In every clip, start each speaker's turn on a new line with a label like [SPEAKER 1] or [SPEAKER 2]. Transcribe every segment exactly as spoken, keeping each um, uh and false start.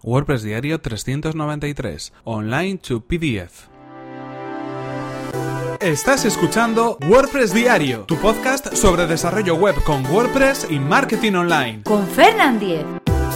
[SPEAKER 1] WordPress Diario trescientos noventa y tres. Online to P D F. Estás escuchando WordPress Diario, tu podcast sobre desarrollo web con WordPress y marketing online.
[SPEAKER 2] Con Fernand Diez.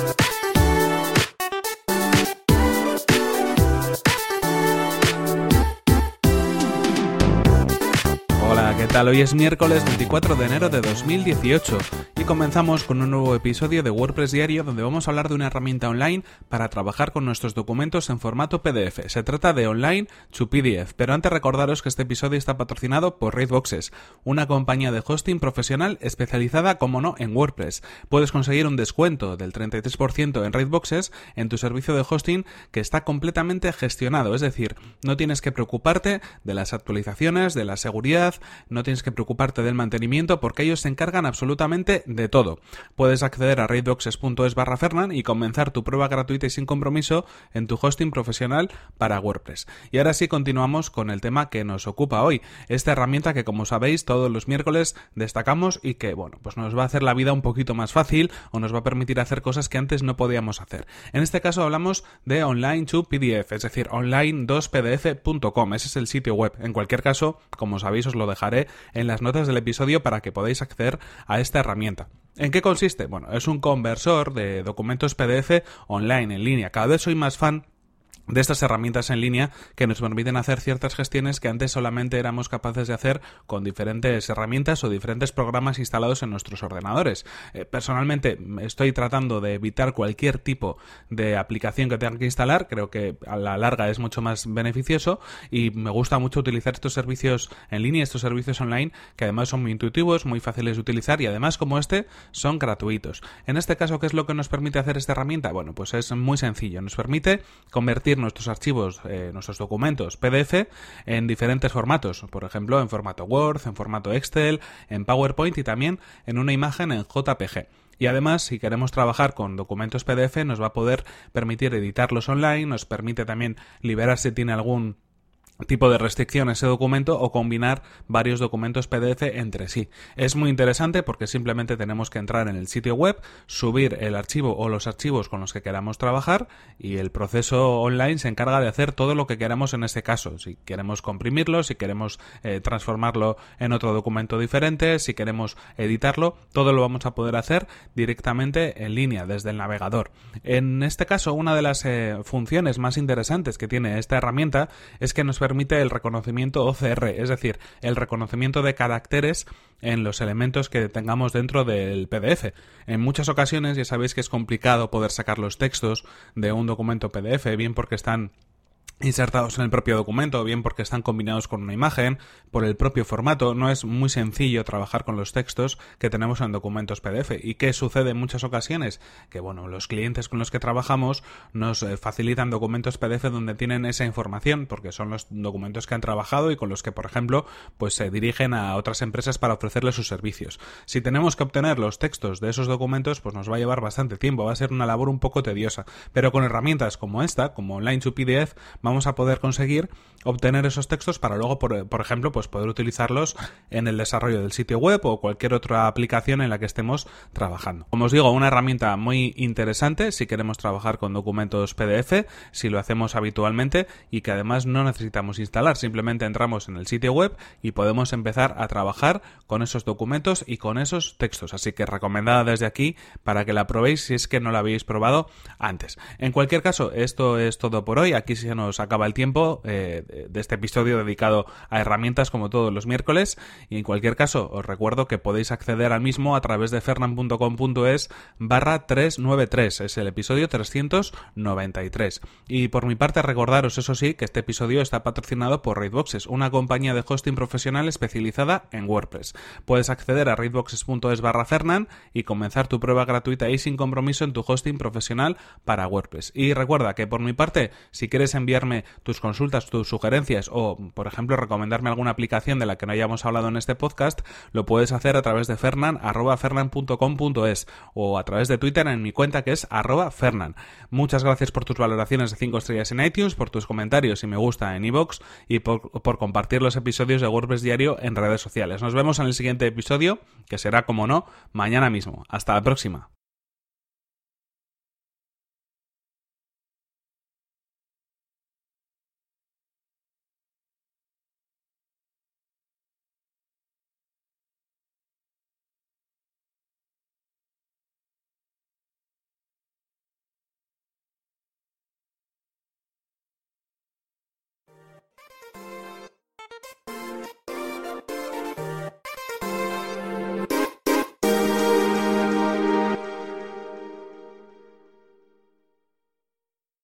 [SPEAKER 1] Hola, ¿qué tal? Hoy es miércoles veinticuatro de enero de dos mil dieciocho y comenzamos con un nuevo episodio de WordPress Diario donde vamos a hablar de una herramienta online para trabajar con nuestros documentos en formato P D F. Se trata de Online to P D F, pero antes recordaros que este episodio está patrocinado por Raidboxes, una compañía de hosting profesional especializada, como no, en WordPress. Puedes conseguir un descuento del treinta y tres por ciento en Raidboxes en tu servicio de hosting que está completamente gestionado, es decir, no tienes que preocuparte de las actualizaciones, de la seguridad, no tienes que preocuparte del mantenimiento porque ellos se encargan absolutamente de todo. Puedes acceder a raidboxes punto es barra Fernand y comenzar tu prueba gratuita y sin compromiso en tu hosting profesional para WordPress. Y ahora sí continuamos con el tema que nos ocupa hoy, esta herramienta que, como sabéis, todos los miércoles destacamos y que, bueno, pues nos va a hacer la vida un poquito más fácil o nos va a permitir hacer cosas que antes no podíamos hacer. En este caso hablamos de Online to P D F, es decir, online dos p d f punto com. Ese es el sitio web. En cualquier caso, como sabéis, os lo dejaré en las notas del episodio para que podáis acceder a esta herramienta. ¿En qué consiste? Bueno, es un conversor de documentos P D F online, en línea. Cada vez soy más fan de estas herramientas en línea que nos permiten hacer ciertas gestiones que antes solamente éramos capaces de hacer con diferentes herramientas o diferentes programas instalados en nuestros ordenadores. Eh, personalmente estoy tratando de evitar cualquier tipo de aplicación que tenga que instalar, creo que a la larga es mucho más beneficioso y me gusta mucho utilizar estos servicios en línea, estos servicios online que además son muy intuitivos, muy fáciles de utilizar y además, como este, son gratuitos. En este caso, ¿qué es lo que nos permite hacer esta herramienta? Bueno, pues es muy sencillo, nos permite convertir nuestros archivos, eh, nuestros documentos P D F en diferentes formatos, por ejemplo en formato Word, en formato Excel, en PowerPoint y también en una imagen en J P G. Y además, si queremos trabajar con documentos P D F, nos va a poder permitir editarlos online, nos permite también liberar si tiene algún tipo de restricción a ese documento o combinar varios documentos P D F entre sí. Es muy interesante porque simplemente tenemos que entrar en el sitio web, subir el archivo o los archivos con los que queramos trabajar y el proceso online se encarga de hacer todo lo que queramos en este caso. Si queremos comprimirlo, si queremos eh, transformarlo en otro documento diferente, si queremos editarlo, todo lo vamos a poder hacer directamente en línea desde el navegador. En este caso, una de las eh, funciones más interesantes que tiene esta herramienta es que nos permite el reconocimiento O C R, es decir, el reconocimiento de caracteres en los elementos que tengamos dentro del P D F. En muchas ocasiones ya sabéis que es complicado poder sacar los textos de un documento P D F, bien porque están insertados en el propio documento, bien porque están combinados con una imagen, por el propio formato. No es muy sencillo trabajar con los textos que tenemos en documentos P D F. ¿Y qué sucede en muchas ocasiones? Que bueno, los clientes con los que trabajamos nos facilitan documentos P D F donde tienen esa información, porque son los documentos que han trabajado y con los que, por ejemplo, pues se dirigen a otras empresas para ofrecerles sus servicios. Si tenemos que obtener los textos de esos documentos, pues nos va a llevar bastante tiempo, va a ser una labor un poco tediosa. Pero con herramientas como esta, como Online to P D F, vamos a poder conseguir obtener esos textos para luego, por, por ejemplo, pues poder utilizarlos en el desarrollo del sitio web o cualquier otra aplicación en la que estemos trabajando. Como os digo, una herramienta muy interesante si queremos trabajar con documentos P D F, si lo hacemos habitualmente y que además no necesitamos instalar, simplemente entramos en el sitio web y podemos empezar a trabajar con esos documentos y con esos textos. Así que recomendada desde aquí para que la probéis si es que no la habéis probado antes. En cualquier caso, esto es todo por hoy. Aquí se nos acaba el tiempo eh, de este episodio dedicado a herramientas como todos los miércoles y en cualquier caso os recuerdo que podéis acceder al mismo a través de fernand punto com punto es barra trescientos noventa y tres, es el episodio trescientos noventa y tres. Y por mi parte recordaros, eso sí, que este episodio está patrocinado por Raidboxes, una compañía de hosting profesional especializada en WordPress. Puedes acceder a raidboxes punto es barra Fernand y comenzar tu prueba gratuita y sin compromiso en tu hosting profesional para WordPress. Y recuerda que por mi parte, si quieres enviarme tus consultas, tus sugerencias o, por ejemplo, recomendarme alguna aplicación de la que no hayamos hablado en este podcast, lo puedes hacer a través de fernand arroba fernand punto com punto es o a través de Twitter en mi cuenta que es arroba fernand. Muchas gracias por tus valoraciones de cinco estrellas en iTunes, por tus comentarios y me gusta en iVoox y por, por compartir los episodios de WordPress Diario en redes sociales. Nos vemos en el siguiente episodio, que será, como no, mañana mismo. Hasta la próxima.